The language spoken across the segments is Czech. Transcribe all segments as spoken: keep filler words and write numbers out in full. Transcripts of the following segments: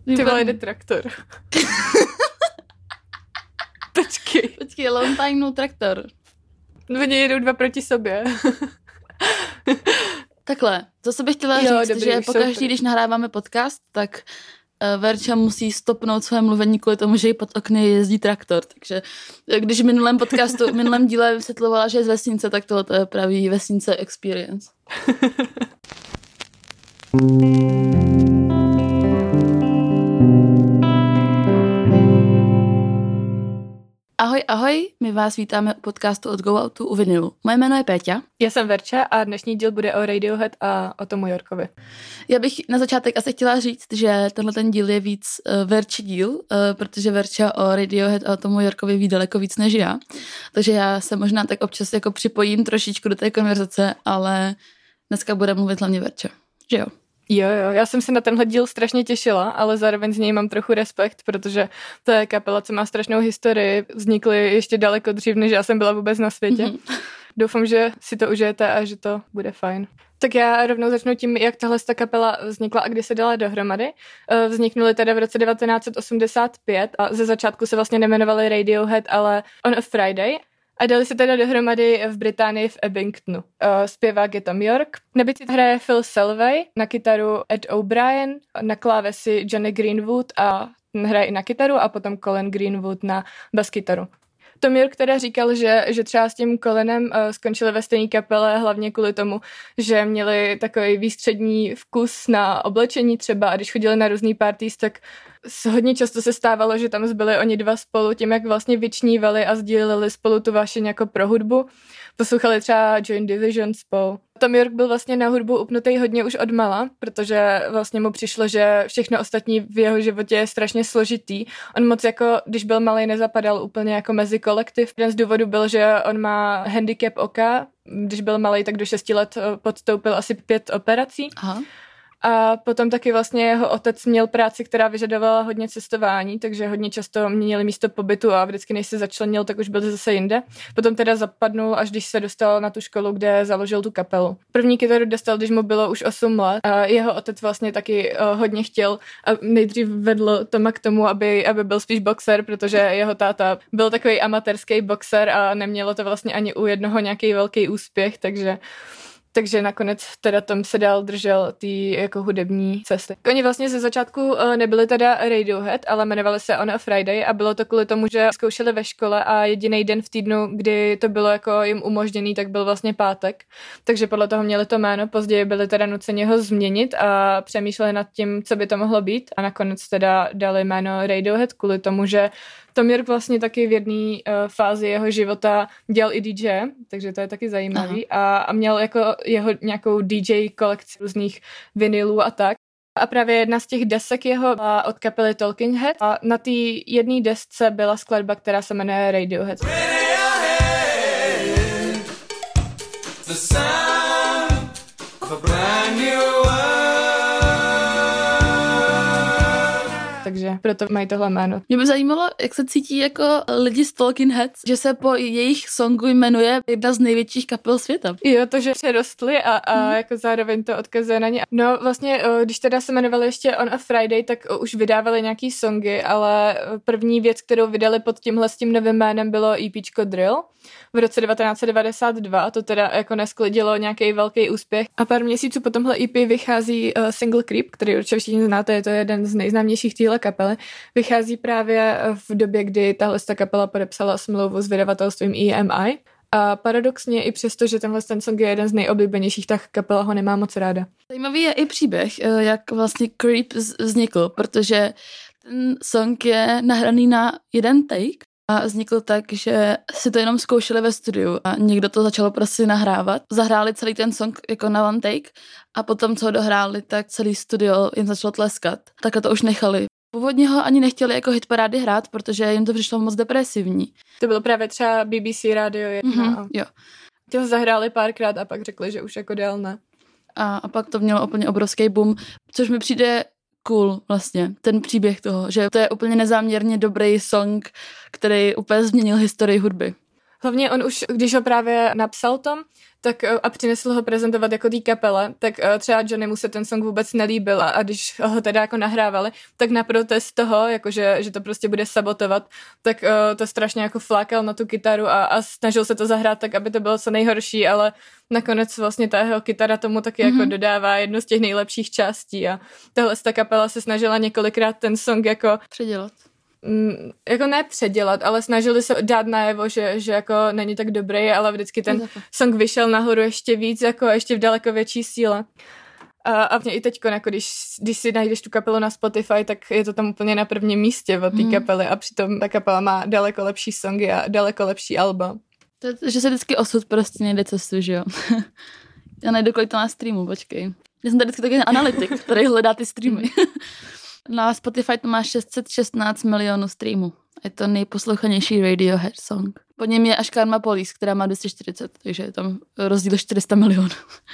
Ty vole, jde traktor. Počkej. Počkej, long time no traktor. Oni jedou dva proti sobě. Takhle, zase bych chtěla Jo, říct, dobrý, že už pokaždý, super. když nahráváme podcast, tak uh, Verča musí stopnout své mluvení kvůli tomu, že jí pod okny jezdí traktor. Takže když v minulém podcastu, v minulém díle vysvětlovala, že je z vesnice, tak tohle je pravý vesnice experience. Ahoj, ahoj, my vás vítáme u podcastu od Go Outu u Vinilu. Moje jméno je Péťa. Já jsem Verča a dnešní díl bude o Radiohead a o Tomu Yorkovi. Já bych na začátek asi chtěla říct, že tenhle ten díl je víc uh, Verči díl, uh, protože Verča o Radiohead a o Tomu Yorkovi ví daleko víc než já. Takže já se možná tak občas jako připojím trošičku do té konverzace, ale dneska bude mluvit hlavně Verča. Že jo? Jo, jo, já jsem se na tenhle díl strašně těšila, ale zároveň z něj mám trochu respekt, protože to je kapela, co má strašnou historii, vznikly ještě daleko dřív, než já jsem byla vůbec na světě. Mm-hmm. Doufám, že si to užijete a že to bude fajn. Tak já rovnou začnu tím, jak tahle ta kapela vznikla a kdy se dala dohromady. Vzniknuly teda v roce devatenáct set osmdesát pět a ze začátku se vlastně nejmenovali Radiohead, ale On a Friday. A dali se teda dohromady v Británii v Abingtonu. Uh, zpěvák je Tom York. Na bicí hraje Phil Selway, na kytaru Ed O'Brien, na klávesi Johnny Greenwood a hraje i na kytaru a potom Colin Greenwood na baskytaru. Tom York teda říkal, že, že třeba s tím Colinem uh, skončili ve stejné kapele hlavně kvůli tomu, že měli takový výstřední vkus na oblečení třeba a když chodili na různý parties, tak hodně často se stávalo, že tam zbyli oni dva spolu tím, jak vlastně vyčnívali a sdíleli spolu tu vášeň jako pro hudbu. Poslouchali třeba Joy Division spolu. Tom York byl vlastně na hudbu upnutý hodně už odmala, protože vlastně mu přišlo, že všechno ostatní v jeho životě je strašně složitý. On moc jako, když byl malej, nezapadal úplně jako mezi kolektiv. Jeden z důvodů byl, že on má handicap oka. Když byl malej, tak do šesti let podstoupil asi pět operací. Aha. A potom taky vlastně jeho otec měl práci, která vyžadovala hodně cestování, takže hodně často měnili místo pobytu a vždycky, než se začlenil, tak už byl zase jinde. Potom teda zapadnul, až když se dostal na tu školu, kde založil tu kapelu. První kytaru dostal, když mu bylo už osm let a jeho otec vlastně taky uh, hodně chtěl a nejdřív vedl Toma k tomu, aby, aby byl spíš boxer, protože jeho táta byl takový amatérský boxer a nemělo to vlastně ani u jednoho nějaký velký úspěch, takže Takže nakonec teda Tom se dál držel ty jako hudební cesty. Oni vlastně ze začátku nebyli teda Radiohead, ale jmenovali se On a Friday a bylo to kvůli tomu, že zkoušeli ve škole a jediný den v týdnu, kdy to bylo jako jim umožněný, tak byl vlastně pátek. Takže podle toho měli to jméno, později byli teda nuceni ho změnit a přemýšleli nad tím, co by to mohlo být a nakonec teda dali jméno Radiohead kvůli tomu, že Tom York vlastně taky v jedné uh, fázi jeho života dělal i D J, takže to je taky zajímavý a, a měl jako jeho nějakou D J kolekci různých vinylů a tak. A právě jedna z těch desek jeho byla od kapely Talking Head a na té jedné desce byla skladba, která se jmenuje Radiohead. The sound of a brand new world. Takže proto mají tohle jméno. Mě by zajímalo, jak se cítí jako lidi z Talking Heads, že se po jejich songu jmenuje jedna z největších kapel světa. Jo, to, že přerostli a, a hmm. jako zároveň to odkazuje na ně. No vlastně, když teda se jmenovali ještě On a Friday, tak už vydávali nějaký songy, ale první věc, kterou vydali pod tímhle s tím novým jménem, bylo EPčko Drill v roce devatenáct set devadesát dva. To teda jako nesklidilo nějaký velký úspěch. A pár měsíců po tomhle E P vychází uh, single Creep, který určitě všichni znáte, je to jeden z nejznámějších téhle kapely. Vychází právě v době, kdy tahle kapela podepsala smlouvu s vydavatelstvím E M I. A paradoxně i přesto, že tenhle ten song je jeden z nejoblíbenějších, tak kapela ho nemá moc ráda. Zajímavý je i příběh, jak vlastně Creep vznikl, protože ten song je nahraný na jeden take a vznikl tak, že si to jenom zkoušeli ve studiu a někdo to začal prostě nahrávat. Zahráli celý ten song jako na one take a potom, co ho dohráli, tak celý studio jim začalo tleskat. Takhle to už nechali. Původně ho ani nechtěli jako hitparády hrát, protože jim to přišlo moc depresivní. To bylo právě třeba B B C Radio jedna. Mm-hmm, jo. Ti ho zahráli párkrát a pak řekli, že už jako dál ne. A, a pak to mělo úplně obrovský boom, což mi přijde cool vlastně, ten příběh toho, že to je úplně nezáměrně dobrý song, který úplně změnil historii hudby. Hlavně on už, když ho právě napsal Tom, tak a přinesl ho prezentovat jako té kapele, tak třeba Johnnymu se ten song vůbec nelíbil a, a když ho teda jako nahrávali, tak na protest toho, jakože, že to prostě bude sabotovat, tak uh, to strašně jako flákal na tu kytaru a, a snažil se to zahrát tak, aby to bylo co nejhorší, ale nakonec vlastně ta jeho kytara tomu taky mm-hmm. jako dodává jednu z těch nejlepších částí a tahle ta kapela se snažila několikrát ten song jako předělat. Mm, jako ne předělat, ale snažili se dát najevo, že, že jako není tak dobrý, ale vždycky ten song vyšel nahoru ještě víc, jako ještě v daleko větší síle. A, a i teďko, jako když, když si najdeš tu kapelu na Spotify, tak je to tam úplně na prvním místě od té mm. kapely a přitom ta kapela má daleko lepší songy a daleko lepší alba. To je, že se vždycky osud prostě nejde cestu, že jo? Já najdu, kolik to na streamu, počkej. Já jsem tady vždycky takový analytik, který hledá ty streamy. Na Spotify to má šest set šestnáct milionů streamů. Je to nejposlouchanější Radiohead song. Po něm je až Karma Police, která má dvě stě čtyřicet, takže je tam rozdíl čtyři sta milionů.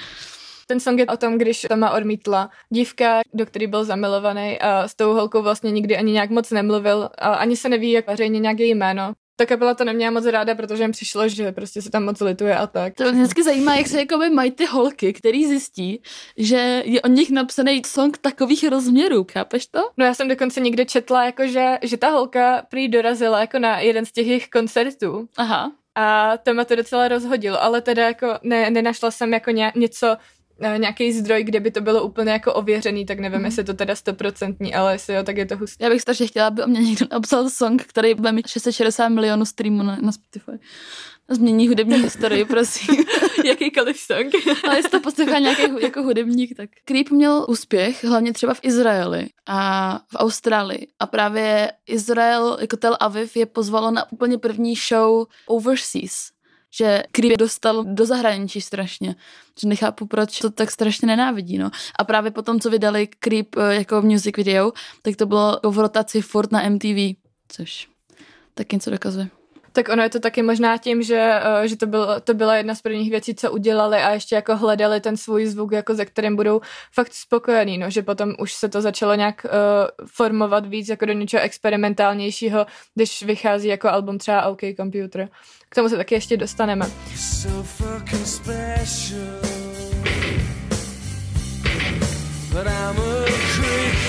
Ten song je o tom, když Toma odmítla dívka, do který byl zamilovaný a s tou holkou vlastně nikdy ani nějak moc nemluvil a ani se neví, jak veřejně nějaké jméno. Ta kapela to neměla moc ráda, protože jim přišlo, že prostě se tam moc lituje a tak. To mě vždycky zajímá, jak se jakoby mají ty holky, který zjistí, že je o nich napsaný song takových rozměrů, chápeš to? No já jsem dokonce někde četla, jako že, že ta holka prý dorazila jako na jeden z těch jejich koncertů. Aha. A téma to docela rozhodilo, ale teda jako ne, nenašla jsem jako ně, něco, nějaký zdroj, kde by to bylo úplně jako ověřený, tak nevím, mm. jestli to teda stoprocentní, ale jestli jo, tak je to hustý. Já bych strašně chtěla, aby o mě někdo napsal song, který bude mít šest set šedesát milionů streamů na, na Spotify. Změní hudební historii, prosím. Jakýkoliv song. Ale jestli to poslouchá nějaký jako hudebník, tak. Creep měl úspěch, hlavně třeba v Izraeli a v Austrálii. A právě Izrael, jako Tel Aviv, je pozvalo na úplně první show Overseas. Že Creep dostal do zahraničí strašně. Že nechápu, proč to tak strašně nenávidí, no. A právě potom, co vydali Creep jako music video, tak to bylo v rotaci furt na M T V, což tak něco dokazuje. Tak ono je to taky možná tím, že, že to, bylo, to byla jedna z prvních věcí, co udělali a ještě jako hledali ten svůj zvuk, jako ze kterým budou fakt spokojení, no, že potom už se to začalo nějak uh, formovat víc jako do něčeho experimentálnějšího, když vychází jako album třeba OK Computer. K tomu se taky ještě dostaneme. So fucking special, but I'm a creep.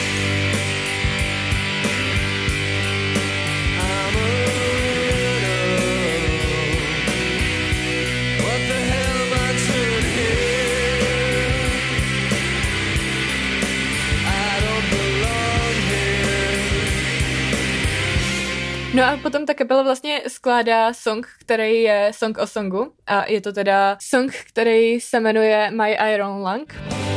No a potom ta kapela vlastně skládá song, který je song o songu a je to teda song, který se jmenuje My Iron Lung.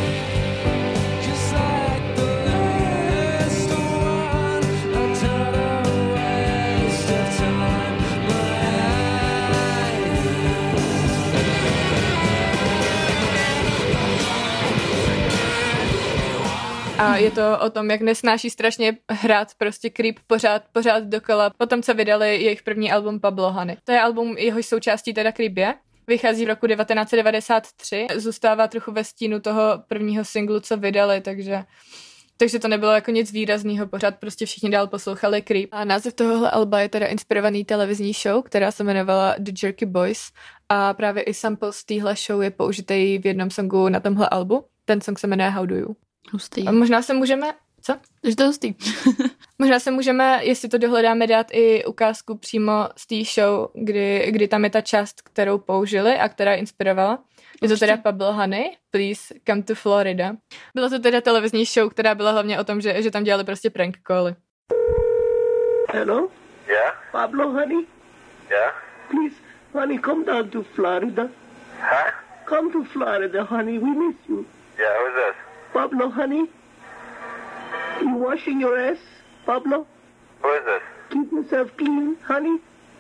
A je to o tom, jak nesnáší strašně hrát prostě Creep pořád, pořád dokola. Potom, co vydali jejich první album Pablo Honey. To je album, jehož součástí teda Creep je. Vychází v roku devatenáct set devadesát tři. Zůstává trochu ve stínu toho prvního singlu, co vydali, takže... Takže to nebylo jako nic výrazného, pořád prostě všichni dál poslouchali Creep. A název tohohle alba je teda inspirovaný televizní show, která se jmenovala The Jerky Boys. A právě i sample z téhle show je použitý v jednom songu na tomhle albu. Ten song se jmenuje How Do You. Hustý. A možná se můžeme... Co? Takže to je hustý. Možná se můžeme, jestli to dohledáme, dát i ukázku přímo z té show, kdy, kdy tam je ta část, kterou použili a která inspirovala. Je to teda Pablo Honey, Please Come to Florida. Byla to teda televizní show, která byla hlavně o tom, že, že tam dělali prostě prank cally. Hello? Yeah? Pablo Honey? Yeah? Please, honey, come down to Florida. Huh? Come to Florida, honey, we miss you. Yeah, who's this? Pablo Honey? You washing your ass, Pablo? Who is this? Keep yourself clean, honey.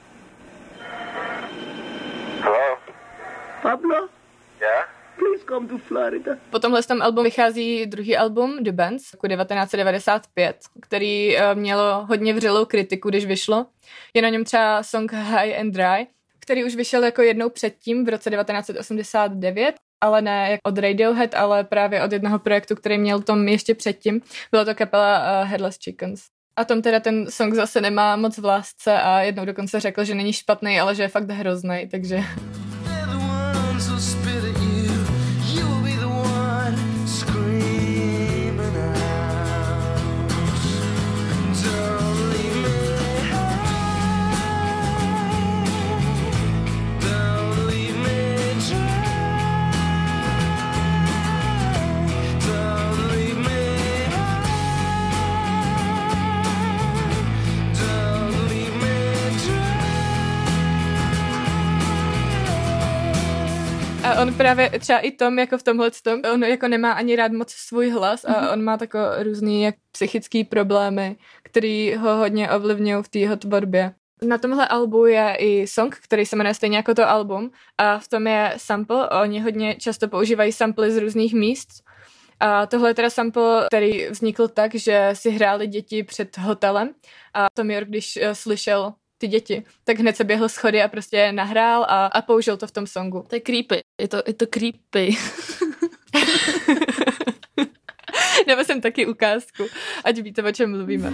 Hello? Pablo? Yeah? Please come to Florida. Po tomhle tom albu vychází druhý album The Bands, roku devatenáct set devadesát pět, který uh, mělo hodně vřelou kritiku, když vyšlo. Je na něm třeba song High and Dry, který už vyšel jako jednou předtím v roce devatenáct set osmdesát devět, ale ne jak od Radiohead, ale právě od jednoho projektu, který měl Tom ještě předtím. Byla to kapela uh, Headless Chickens. A Tom teda ten song zase nemá moc v lásce a jednou dokonce řekl, že není špatný, ale že je fakt hrozný, takže... A on právě, třeba i Tom, jako v tomhle tom, on jako nemá ani rád moc svůj hlas a mm-hmm. on má tako různý jak psychický problémy, který ho hodně ovlivňují v té jeho tvorbě. Na tomhle albu je i song, který se jmenuje stejně jako to album a v tom je sample. Oni hodně často používají samply z různých míst. A tohle je teda sample, který vznikl tak, že si hráli děti před hotelem a Tom York, když uh, slyšel ty děti, tak hned se běhl schody a prostě je nahrál a, a použil to v tom songu. To je creepy. Je to, je to creepy. Nebo jsem taky ukázku, ať víte, o čem mluvíme.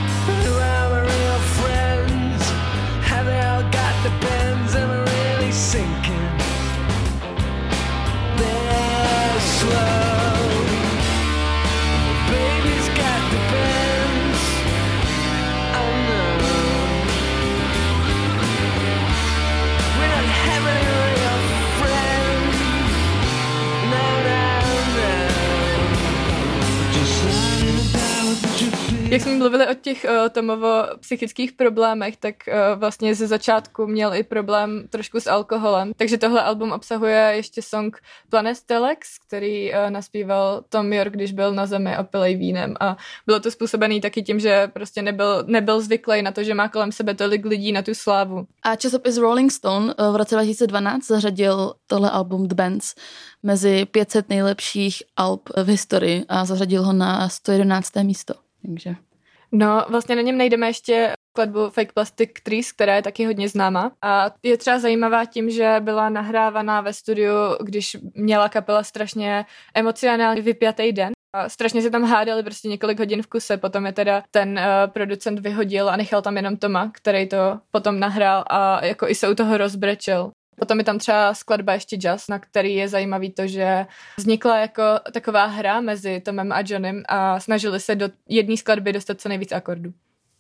Jak jsme mluvili o těch uh, Tomovo psychických problémech, tak uh, vlastně ze začátku měl i problém trošku s alkoholem. Takže tohle album obsahuje ještě song Planet Telex, který uh, naspíval Tom York, když byl na zemi opilej vínem. A bylo to způsobený taky tím, že prostě nebyl, nebyl zvyklý na to, že má kolem sebe tolik lidí na tu slávu. A časopis Rolling Stone uh, v roce dva tisíce dvanáct zařadil tohle album The Bands mezi pět set nejlepších alb v historii a zařadil ho na sto jedenácté místo. Takže. No, vlastně na něm najdeme ještě skladbu Fake Plastic Trees, která je taky hodně známá. A je třeba zajímavá tím, že byla nahrávaná ve studiu, když měla kapela strašně emocionálně vypjatý den. A strašně se tam hádali prostě několik hodin v kuse, potom je teda ten uh, producent vyhodil a nechal tam jenom Toma, který to potom nahrál a jako i se u toho rozbrečel. Potom je tam třeba skladba ještě Jazz, na který je zajímavý to, že vznikla jako taková hra mezi Tomem a Johnem a snažili se do jedné skladby dostat co nejvíc akordů.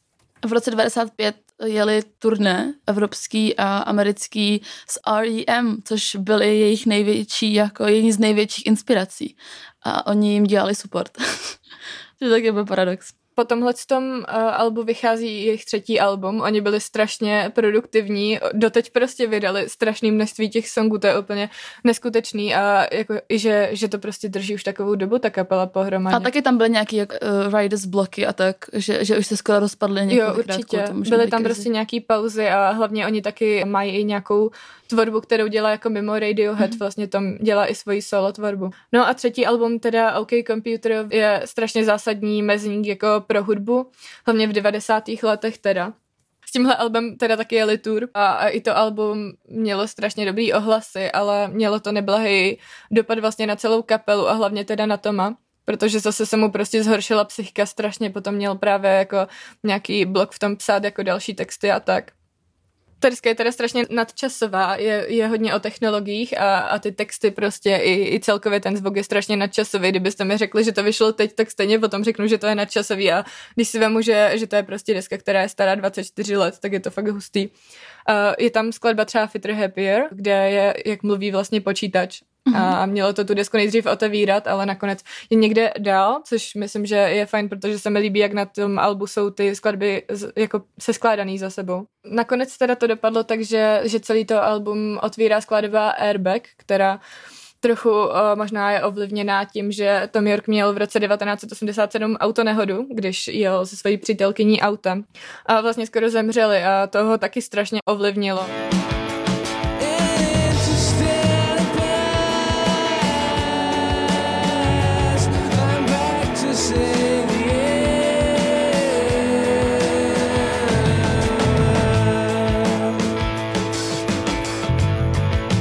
V roce devadesát pět jeli turné evropský a americký s R E M, což byly jejich největší, jako jedni z největších inspirací. A oni jim dělali support. To je taky byl paradox. Po tomhle tom uh, albu vychází jejich třetí album. Oni byli strašně produktivní, doteď prostě vydali strašné množství těch songů, to je úplně neskutečný a jako i že, že to prostě drží už takovou dobu, ta kapela pohromadě. A taky tam byly nějaký jak, uh, riders bloky a tak, že, že už se skoro rozpadly několik. Jo, určitě. Byly tam krizi. Prostě nějaký pauzy a hlavně oni taky mají i nějakou tvorbu, kterou dělá jako mimo Radiohead, mm-hmm. vlastně tam dělá i svoji solo tvorbu. No a třetí album teda OK Computer je strašně zásadní mezník jako pro hudbu, hlavně v devadesátých letech teda. S tímhle album teda taky jeli tour a, a i to album mělo strašně dobrý ohlasy, ale mělo to neblahý dopad vlastně na celou kapelu a hlavně teda na Toma, protože zase se mu prostě zhoršila psychika strašně, potom měl právě jako nějaký blok v tom psát jako další texty a tak. Ta deska je teda strašně nadčasová, je, je hodně o technologiích a, a ty texty prostě i, i celkově ten zvuk je strašně nadčasový. Kdybyste mi řekli, že to vyšlo teď, tak stejně potom řeknu, že to je nadčasový a když si vemu, že, že to je prostě deska, která je stará dvacet čtyři let, tak je to fakt hustý. Uh, je tam skladba třeba Fitter Happier, kde je, jak mluví vlastně počítač. A mělo to tu desku nejdřív otevírat, ale nakonec je někde dál, což myslím, že je fajn, protože se mi líbí, jak na tom albu jsou ty skladby jako seskládaný za sebou. Nakonec teda to dopadlo tak, že, že celý to album otvírá skladba Airbag, která trochu uh, možná je ovlivněná tím, že Tom York měl v roce devatenáct set osmdesát sedm autonehodu, když jel se svojí přítelkyní autem. A vlastně skoro zemřeli a to ho taky strašně ovlivnilo.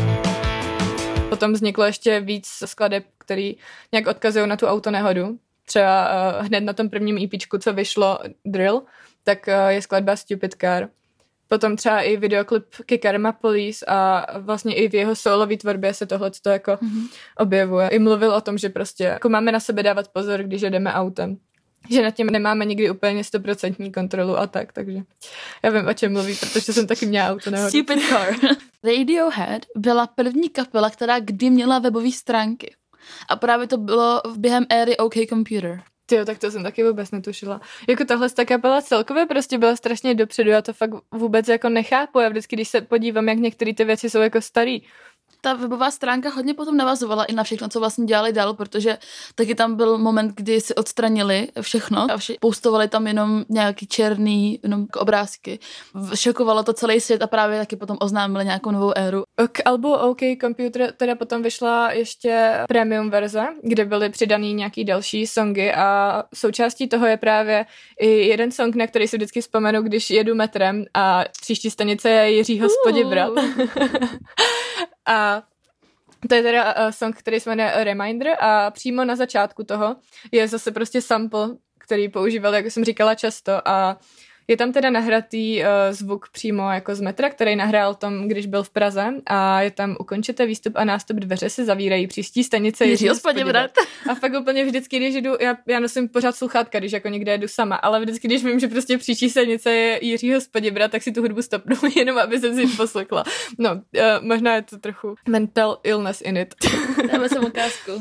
Potom vzniklo ještě víc skladeb, který nějak odkazují na tu autonehodu. třeba uh, hned na tom prvním EPčku, co vyšlo Drill, tak uh, je skladba Stupid Car. Potom třeba i videoklip ke Karma Police a vlastně i v jeho solový tvorbě se tohleto jako mm-hmm. objevuje. I mluvil o tom, že prostě jako máme na sebe dávat pozor, když jedeme autem. Že nad tím nemáme nikdy úplně stoprocentní kontrolu a tak, takže já vím, o čem mluví, protože jsem taky měla auto nehodu. Stupid Car. Radiohead byla první kapela, která kdy měla webové stránky. A právě to bylo během éry OK Computer. Tyjo, tak to jsem taky vůbec netušila. Jako tahle ta kapela celkově prostě byla strašně dopředu, já to fakt vůbec jako nechápu. Já vždycky, když se podívám, jak některé ty věci jsou jako starý. Ta webová stránka hodně potom navazovala i na všechno, co vlastně dělali dál, protože taky tam byl moment, kdy si odstranili všechno a vši- postovali tam jenom nějaký černý jenom obrázky. Šokovalo to celý svět a právě taky potom oznámili nějakou novou éru. K albu OK Computer teda potom vyšla ještě premium verze, kde byly přidaný nějaký další songy a součástí toho je právě i jeden song, na který si vždycky vzpomenu, když jedu metrem a příští stanice je Jiřího uh. Spodibrat. A to je teda uh, song, který se jmenuje Reminder a přímo na začátku toho je zase prostě sample, který používal, jako jsem říkala, často a je tam teda nahratý uh, zvuk přímo jako z metra, který nahrál tom, když byl v Praze a je tam ukončete výstup a nástup, dveře se zavírají, příští stanice Jiřího Spodibrat. A fakt úplně vždycky, když jdu, já, já nosím pořád sluchátka, když jako někde jedu sama, ale vždycky, když vím, že prostě příští stanice je Jiřího Spodibrat, tak si tu hudbu stopnu, jenom aby jsem si poslechla. No, uh, možná je to trochu mental illness in it. Dáme sem ukázku.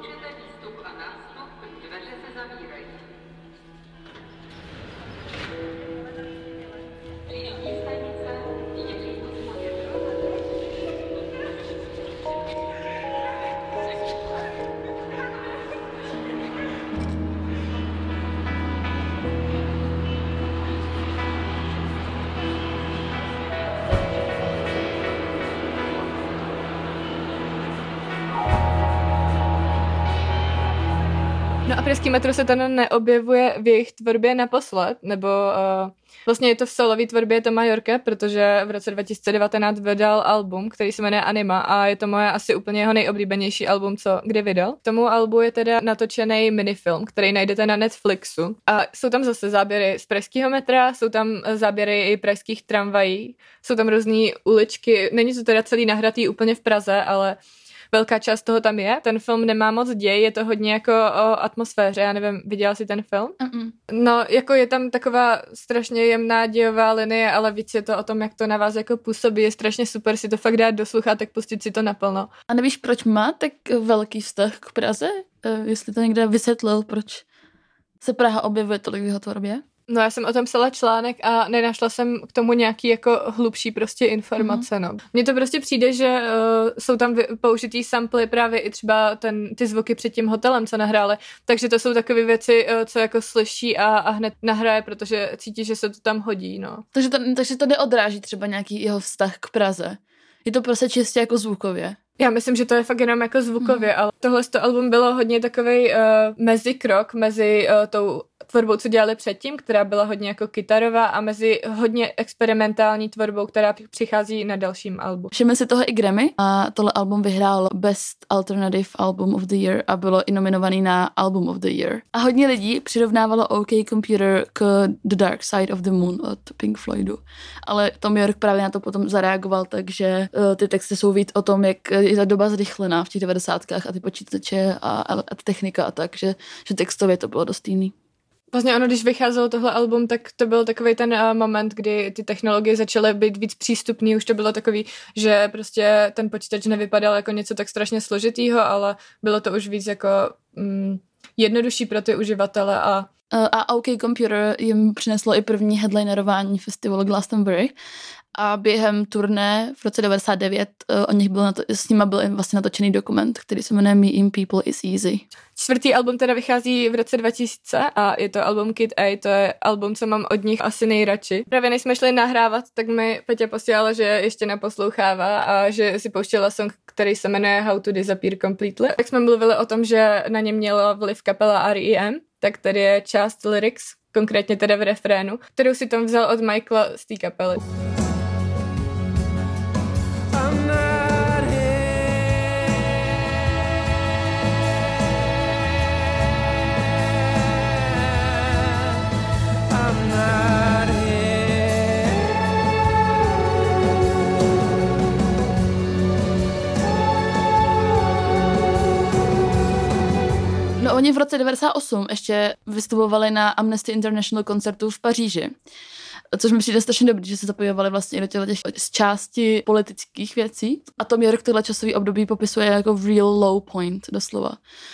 No a pražský metro se ten neobjevuje v jejich tvorbě naposled, nebo uh, vlastně je to v solový tvorbě Toma Yorke, protože v roce dva tisíce devatenáct vydal album, který se jmenuje Anima a je to moje asi úplně jeho nejoblíbenější album, co kdy vydal. K tomu albu je teda natočený minifilm, který najdete na Netflixu a jsou tam zase záběry z pražského metra, jsou tam záběry i pražských tramvají, jsou tam různý uličky, není to teda celý nahratý úplně v Praze, ale velká část toho tam je. Ten film nemá moc děj, je to hodně jako o atmosféře, já nevím, viděla jsi ten film? Mm-mm. No, jako je tam taková strašně jemná dějová linie, ale víc je to o tom, jak to na vás jako působí, je strašně super si to fakt dát do sluchátek, pustit si to naplno. A nevíš, proč má tak velký vztah k Praze? Uh, jestli to někde vysvětlil, proč se Praha objevuje tolik v jeho tvorbě? No já jsem o tom psala článek a nenašla jsem k tomu nějaký jako hlubší prostě informace, mm-hmm. no. Mně to prostě přijde, že uh, jsou tam vy- použitý samply právě i třeba ten, ty zvuky před tím hotelem, co nahráli, takže to jsou takové věci, uh, co jako slyší a, a hned nahraje, protože cítí, že se to tam hodí, no. Takže to, takže to neodráží třeba nějaký jeho vztah k Praze. Je to prostě čistě jako zvukově. Já myslím, že to je fakt jenom jako zvukově, mm. ale tohle album bylo hodně takovej uh, mezikrok mezi uh, tou tvorbou, co dělali předtím, která byla hodně jako kytarová a mezi hodně experimentální tvorbou, která přichází na dalším albu. Všimli si toho i Grammy a tohle album vyhrál Best Alternative Album of the Year a bylo i nominovaný na Album of the Year. A hodně lidí přirovnávalo OK Computer k The Dark Side of the Moon od Pink Floydu. Ale Tom York právě na to potom zareagoval, takže uh, ty texty jsou víc o tom, jak je ta doba zrychlená v těch devadesátkách a ty počítače a, a, a technika a tak, že, že textově to bylo dost jiný. Vlastně ono, když vycházelo tohle album, tak to byl takový ten uh, moment, kdy ty technologie začaly být víc přístupný, už to bylo takový, že prostě ten počítač nevypadal jako něco tak strašně složitýho, ale bylo to už víc jako mm, jednodušší pro ty uživatele a a OK Computer jim přineslo i první headlinerování festivalu Glastonbury a během turné v roce devadesát devět uh, o nich byl na to, s nima byl vlastně natočený dokument, který se jmenuje Meeting People is Easy. Čtvrtý album teda vychází v roce dva tisíce a je to album Kid A, to je album, co mám od nich asi nejradši. Právě než jsme šli nahrávat, tak mi Peťa posílala, že ještě naposlouchává a že si pouštěla song, který se jmenuje How to Disappear Completely. Tak jsme mluvili o tom, že na ně měla vliv kapela R E M, tak tady je část lyrics, konkrétně teda v refrénu, kterou si Tom vzal od Michaela z té kapely. Oni v roce devadesát osm ještě vystupovali na Amnesty International koncertu v Paříži. Což mi přijde strašně dobrý, že se zapojovali vlastně i do těch z části politických věcí. A Tom York tohle časový období popisuje jako real low point, doslova.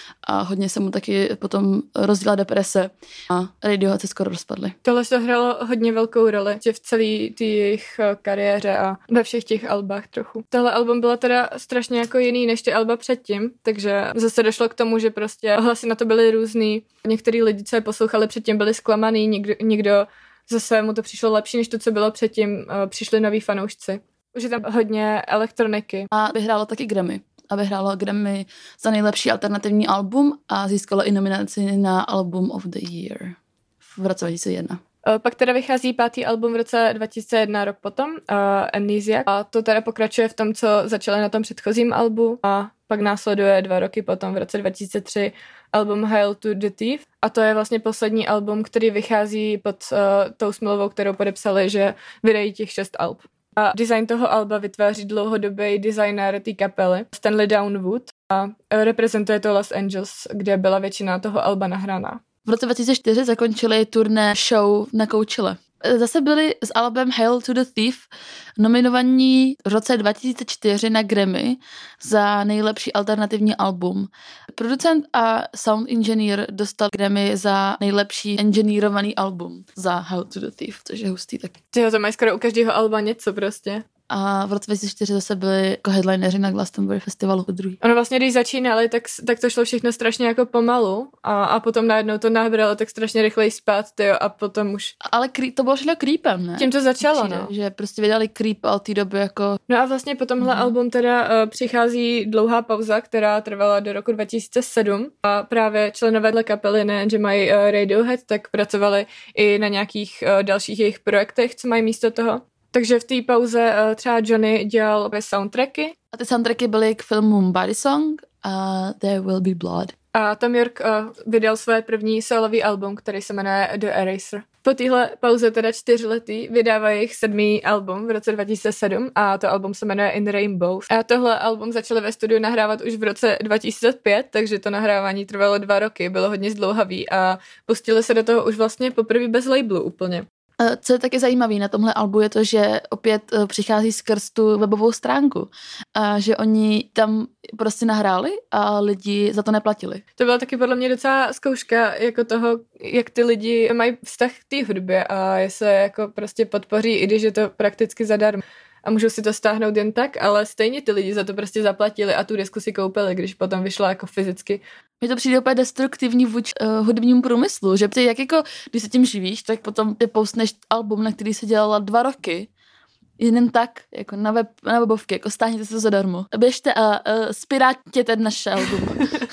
A hodně se mu taky potom rozdělila deprese a Radiohead se skoro rozpadly. Tohle se hrálo hodně velkou roli v celé té jejich kariéře a ve všech těch albách trochu. Tohle album bylo teda strašně jako jiný než ty alba předtím, takže zase došlo k tomu, že prostě hlasy na to byly různý. Některý lidi, co je poslouchali předtím, byli zklamaný, někdo, někdo zase mu to přišlo lepší, než to, co bylo předtím. Přišli noví fanoušci. Už je tam hodně elektroniky. A vyhrálo taky Grammy. A vyhrálo Grammy za nejlepší alternativní album a získalo i nominaci na Album of the Year v roce dva tisíce jedna. Pak teda vychází pátý album v roce dva tisíce jedna, rok potom, uh, Amnesia. A to teda pokračuje v tom, co začalo na tom předchozím albu. A pak následuje dva roky potom v roce dva tisíce tři album Hail to the Thief. A to je vlastně poslední album, který vychází pod uh, tou smlouvou, kterou podepsali, že vydají těch šest alb. A design toho alba vytváří dlouhodobý designér té kapely Stanley Downwood a reprezentuje to Los Angeles, kde byla většina toho alba nahraná. V roce dva tisíce čtyři zakončili turné show na Coachelle. Zase byli s albem Hail to the Thief nominovaní v roce dva tisíce čtyři na Grammy za nejlepší alternativní album. Producent a sound engineer dostal Grammy za nejlepší engineerovaný album za Hail to the Thief, což je hustý taky. Tyjo, to mají skoro u každého alba něco prostě. A v roce dva tisíce čtyři zase byli jako headlineři na Glastonbury festivalu druhý. Ono vlastně, když začínali, tak, tak to šlo všechno strašně jako pomalu a, a potom najednou to nabralo tak strašně rychleji spát, tyjo, a potom už... Ale creep, to bylo všechno creepem, ne? Tím to začalo, Přijde, no. Že prostě vydali Creep a od té doby jako... No a vlastně po tomhle mm. album teda uh, přichází dlouhá pauza, která trvala do roku dva tisíce sedm a právě členové dle kapely, ne, že mají uh, Radiohead, tak pracovali i na nějakých uh, dalších jejich projektech, co mají místo toho. Takže v té pauze uh, třeba Johnny dělal soundtracky. A ty soundtracky byly k filmům Body Song a There Will Be Blood. A Tom York uh, vydal své první solový album, který se jmenuje The Eraser. Po téhle pauze, teda čtyřletý, vydává jejich sedmý album v roce dva tisíce sedm a to album se jmenuje In Rainbows. A tohle album začali ve studiu nahrávat už v roce dva tisíce pět, takže to nahrávání trvalo dva roky, bylo hodně zdlouhavý a pustili se do toho už vlastně poprvé bez labelu úplně. Co je taky zajímavé na tomhle albu je to, že opět přichází skrz tu webovou stránku. A že oni tam prostě nahráli a lidi za to neplatili. To byla taky podle mě docela zkouška jako toho, jak ty lidi mají vztah k té hudbě a je se jako prostě podpoří, i když je to prakticky zadarmo. A můžou si to stáhnout jen tak, ale stejně ty lidi za to prostě zaplatili a tu disku si koupili, když potom vyšla jako fyzicky. Mně to přijde úplně destruktivní vůči uh, hudebnímu průmyslu, že ty jak jako, když se tím živíš, tak potom ty postneš album, na který se dělala dva roky, jen tak, jako na, web, na webovky, jako stáhněte se to zadarmo. Běžte a uh, spirátěte naše album.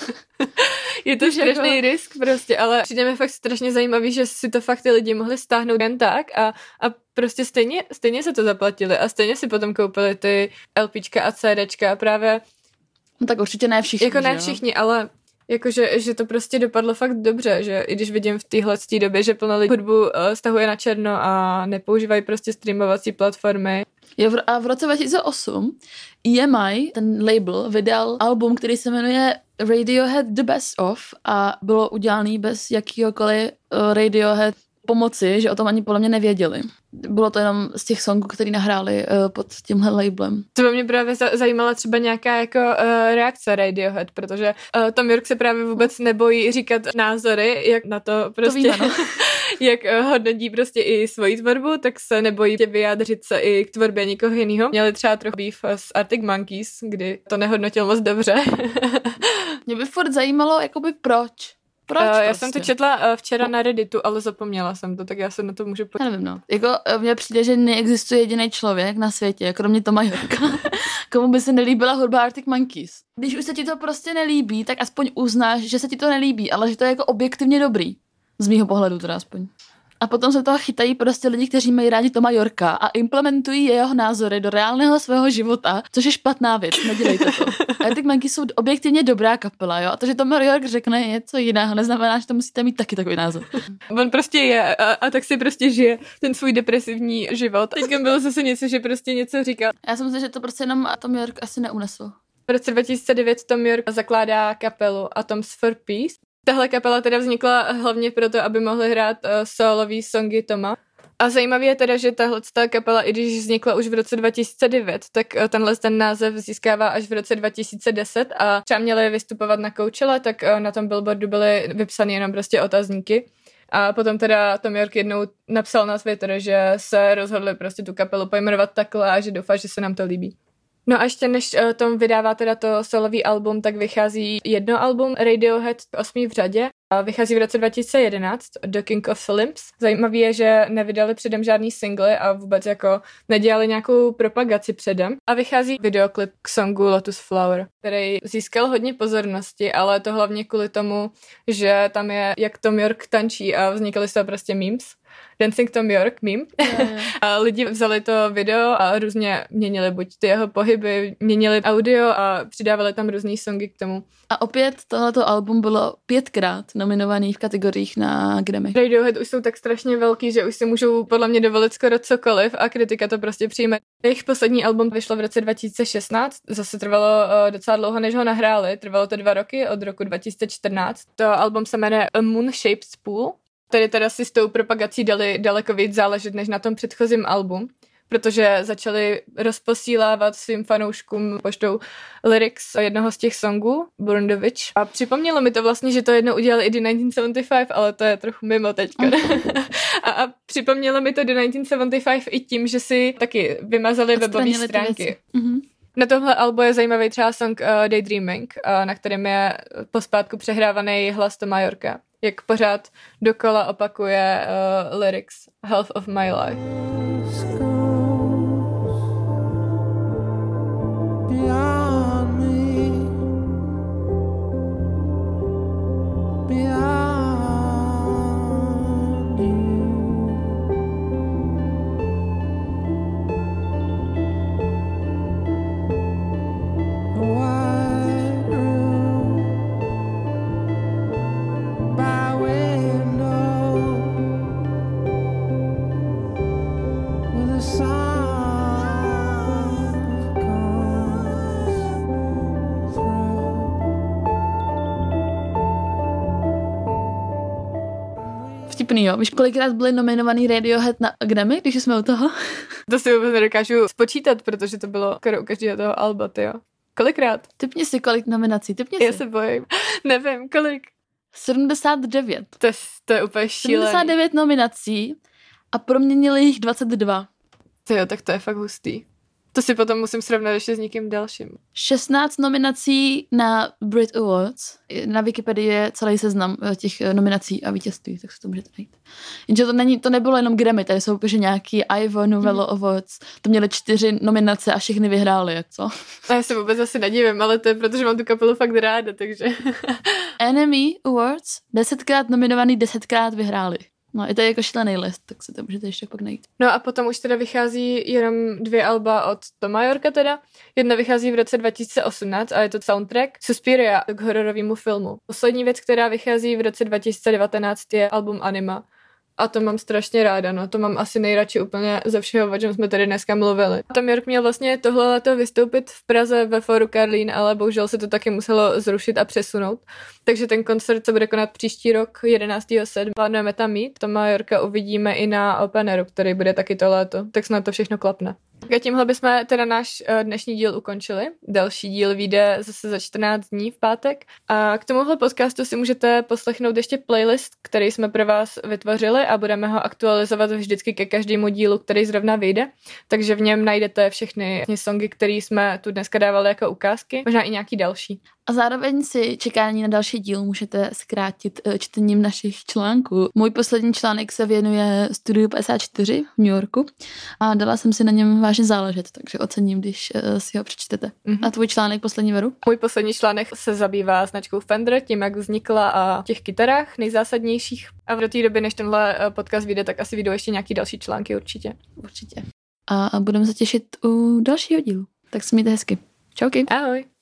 Je to strašný jako... risk prostě, ale přijde mi fakt strašně zajímavý, že si to fakt ty lidi mohli stáhnout jen tak a, a prostě stejně, stejně se to zaplatili a stejně si potom koupili ty LPčka a CDčka právě. No tak určitě ne všichni. Jako ne všichni, ale jakože, že to prostě dopadlo fakt dobře, že i když vidím v téhle době, že plno lidí hudbu uh, stahuje na černo a nepoužívají prostě streamovací platformy. Jo, a v roce dva tisíce osm E M I, ten label, vydal album, který se jmenuje Radiohead The Best Of a bylo udělaný bez jakýhokoliv uh, Radiohead pomoci, že o tom ani podle mě nevěděli. Bylo to jenom z těch songů, který nahráli uh, pod tímhle labelem. To by mě právě zajímala třeba nějaká jako uh, reakce Radiohead, protože uh, Tom York se právě vůbec nebojí říkat názory, jak na to prostě, to víme, no. jak uh, hodnotí prostě i svoji tvorbu, tak se nebojí vyjádřit se i k tvorbě někoho jiného. Měli třeba trochu beef s Arctic Monkeys, kdy to nehodnotil moc dobře. Mě by furt zajímalo, jakoby proč. Proč uh, já prostě? jsem to četla uh, včera na Redditu, ale zapomněla jsem to, tak já se na to můžu podívat. Já nevím, no. Jako mně přijde, že neexistuje jediný člověk na světě, kromě Toma Yorka, komu by se nelíbila hudba Arctic Monkeys. Když už se ti to prostě nelíbí, tak aspoň uznáš, že se ti to nelíbí, ale že to je jako objektivně dobrý. Z mýho pohledu teda aspoň. A potom se toho chytají prostě lidi, kteří mají rádi Toma Yorka a implementují jeho názory do reálného svého života, což je špatná věc, nedělejte to. Arctic Monkeys jsou objektivně dobrá kapela, jo? A to, že Tom York řekne něco jiného, neznamená, že to musíte mít taky takový názor. On prostě je a, a tak si prostě žije ten svůj depresivní život. Teďka bylo zase něco, že prostě něco říkal. Já si myslím, že to prostě jenom Tom York asi neunesl. V roce dva tisíce devět Tom York zakládá kapelu Atoms for Peace Tahle kapela teda vznikla hlavně proto, aby mohli hrát uh, solový songy Toma. A zajímavé je teda, že tahle kapela, i když vznikla už v roce dva tisíce devět, tak tenhle ten název získává až v roce dva tisíce deset a třeba měli vystupovat na Coachella, tak na tom billboardu byly vypsané jenom prostě otazníky. A potom teda Tom York jednou napsal na Twitter, že se rozhodli prostě tu kapelu pojmenovat takhle a že doufá, že se nám to líbí. No a ještě než Tom vydává teda to solový album, tak vychází jedno album Radiohead, osmý v řadě. A vychází v roce dva tisíce jedenáct, The King of Limbs. Zajímavé je, že nevydali předem žádný singly a vůbec jako nedělali nějakou propagaci předem. A vychází videoklip k songu Lotus Flower, který získal hodně pozornosti, ale to hlavně kvůli tomu, že tam je, jak Tom York tančí a vznikaly z toho prostě memes. Dancing Tom York meme. Yeah, yeah. A lidi vzali to video a různě měnili buď ty jeho pohyby, měnili audio a přidávali tam různý songy k tomu. A opět tohleto album bylo pětkrát nominovaný v kategoriích na Grammy. Radiohead už jsou tak strašně velký, že už si můžou podle mě dovolit skoro cokoliv a kritika to prostě přijme. Jejich poslední album vyšlo v roce dva tisíce šestnáct, zase trvalo uh, docela dlouho, než ho nahráli, trvalo to dva roky, od roku dva tisíce čtrnáct. To album se jmenuje A Moon Shaped Spool. Tady teda si s tou propagací dali daleko víc záležet než na tom předchozím album, protože začali rozposílávat svým fanouškům poštou lyrics jednoho z těch songů, Burn the Witch. A připomnělo mi to vlastně, že to jednou udělali i The devatenáct set sedmdesát pět, ale to je trochu mimo teďka. a, a připomnělo mi to The devatenáct set sedmdesát pět i tím, že si taky vymazali webové stránky. Mm-hmm. Na tohle albu je zajímavý třeba song uh, Daydreaming, uh, na kterém je pospátku přehrávaný hlas Toma Yorka, jak pořád dokola opakuje uh, lyrics Half of my life. Vtipný, jo. Víš, kolikrát byly nominovaný Radiohead na Grammy, když jsme u toho? To si vůbec nedokážu spočítat, protože to bylo skoro u každého toho alba, tyjo. Kolikrát? Typni si, kolik nominací, typni si. Já se bojím. Nevím, kolik. sedmdesát devět. To je, to je úplně šílený. sedmdesát devět nominací a proměnili jich dvacet dva. Tyjo, tak to je fakt hustý. To si potom musím srovnat ještě s někým dalším. šestnáct nominací na Brit Awards. Na Wikipedii je celý seznam těch nominací a vítězství, tak se to můžete najít. Jenže to, není, to nebylo jenom Grammy, tady jsou že nějaký Ivor Novello mm. Awards. To měly čtyři nominace a všechny vyhrály, jak co? A já se vůbec asi nedivím, ale to je protože mám tu kapelu fakt ráda, takže... Enemy Awards, desetkrát nominovaný, desetkrát vyhráli. No, je to jako šílený list, tak se to můžete ještě pak najít. No a potom už teda vychází jenom dvě alba od Toma Yorka teda. Jedna vychází v roce dva tisíce osmnáct a je to soundtrack Suspiria k hororovému filmu. Poslední věc, která vychází v roce dva tisíce devatenáct, je album Anima. A to mám strašně ráda, no. To mám asi nejradši úplně ze všeho, o čem jsme tady dneska mluvili. Tom York měl vlastně tohle leto vystoupit v Praze ve Fóru Karlín, ale bohužel se to taky muselo zrušit a přesunout. Takže ten koncert se bude konat příští rok, jedenáctého sedmého Plánujeme tam mít. Toma Yorka uvidíme i na Openeru, který bude taky to léto. Tak snad to všechno klapne. A tímhle bychom teda náš dnešní díl ukončili. Další díl vyjde zase za čtrnáct dní v pátek. A k tomuhle podcastu si můžete poslechnout ještě playlist, který jsme pro vás vytvořili a budeme ho aktualizovat vždycky ke každému dílu, který zrovna vyjde. Takže v něm najdete všechny songy, které jsme tu dneska dávali jako ukázky, možná i nějaký další. A zároveň si čekání na další díl můžete zkrátit čtením našich článků. Můj poslední článek se věnuje Studiu padesát čtyři v New Yorku a dala jsem si na něm vážně záležet, takže ocením, když si ho přečtete. Mm-hmm. A tvůj článek poslední, Veru? Můj poslední článek se zabývá značkou Fender, tím, jak vznikla a těch kytarách nejzásadnějších. A v té doby, než tenhle podcast vyjde, tak asi vyjdou ještě nějaký další články určitě. Určitě. A budeme se těšit u dalšího dílu. Tak se mějte hezky. Čauky. Ahoj.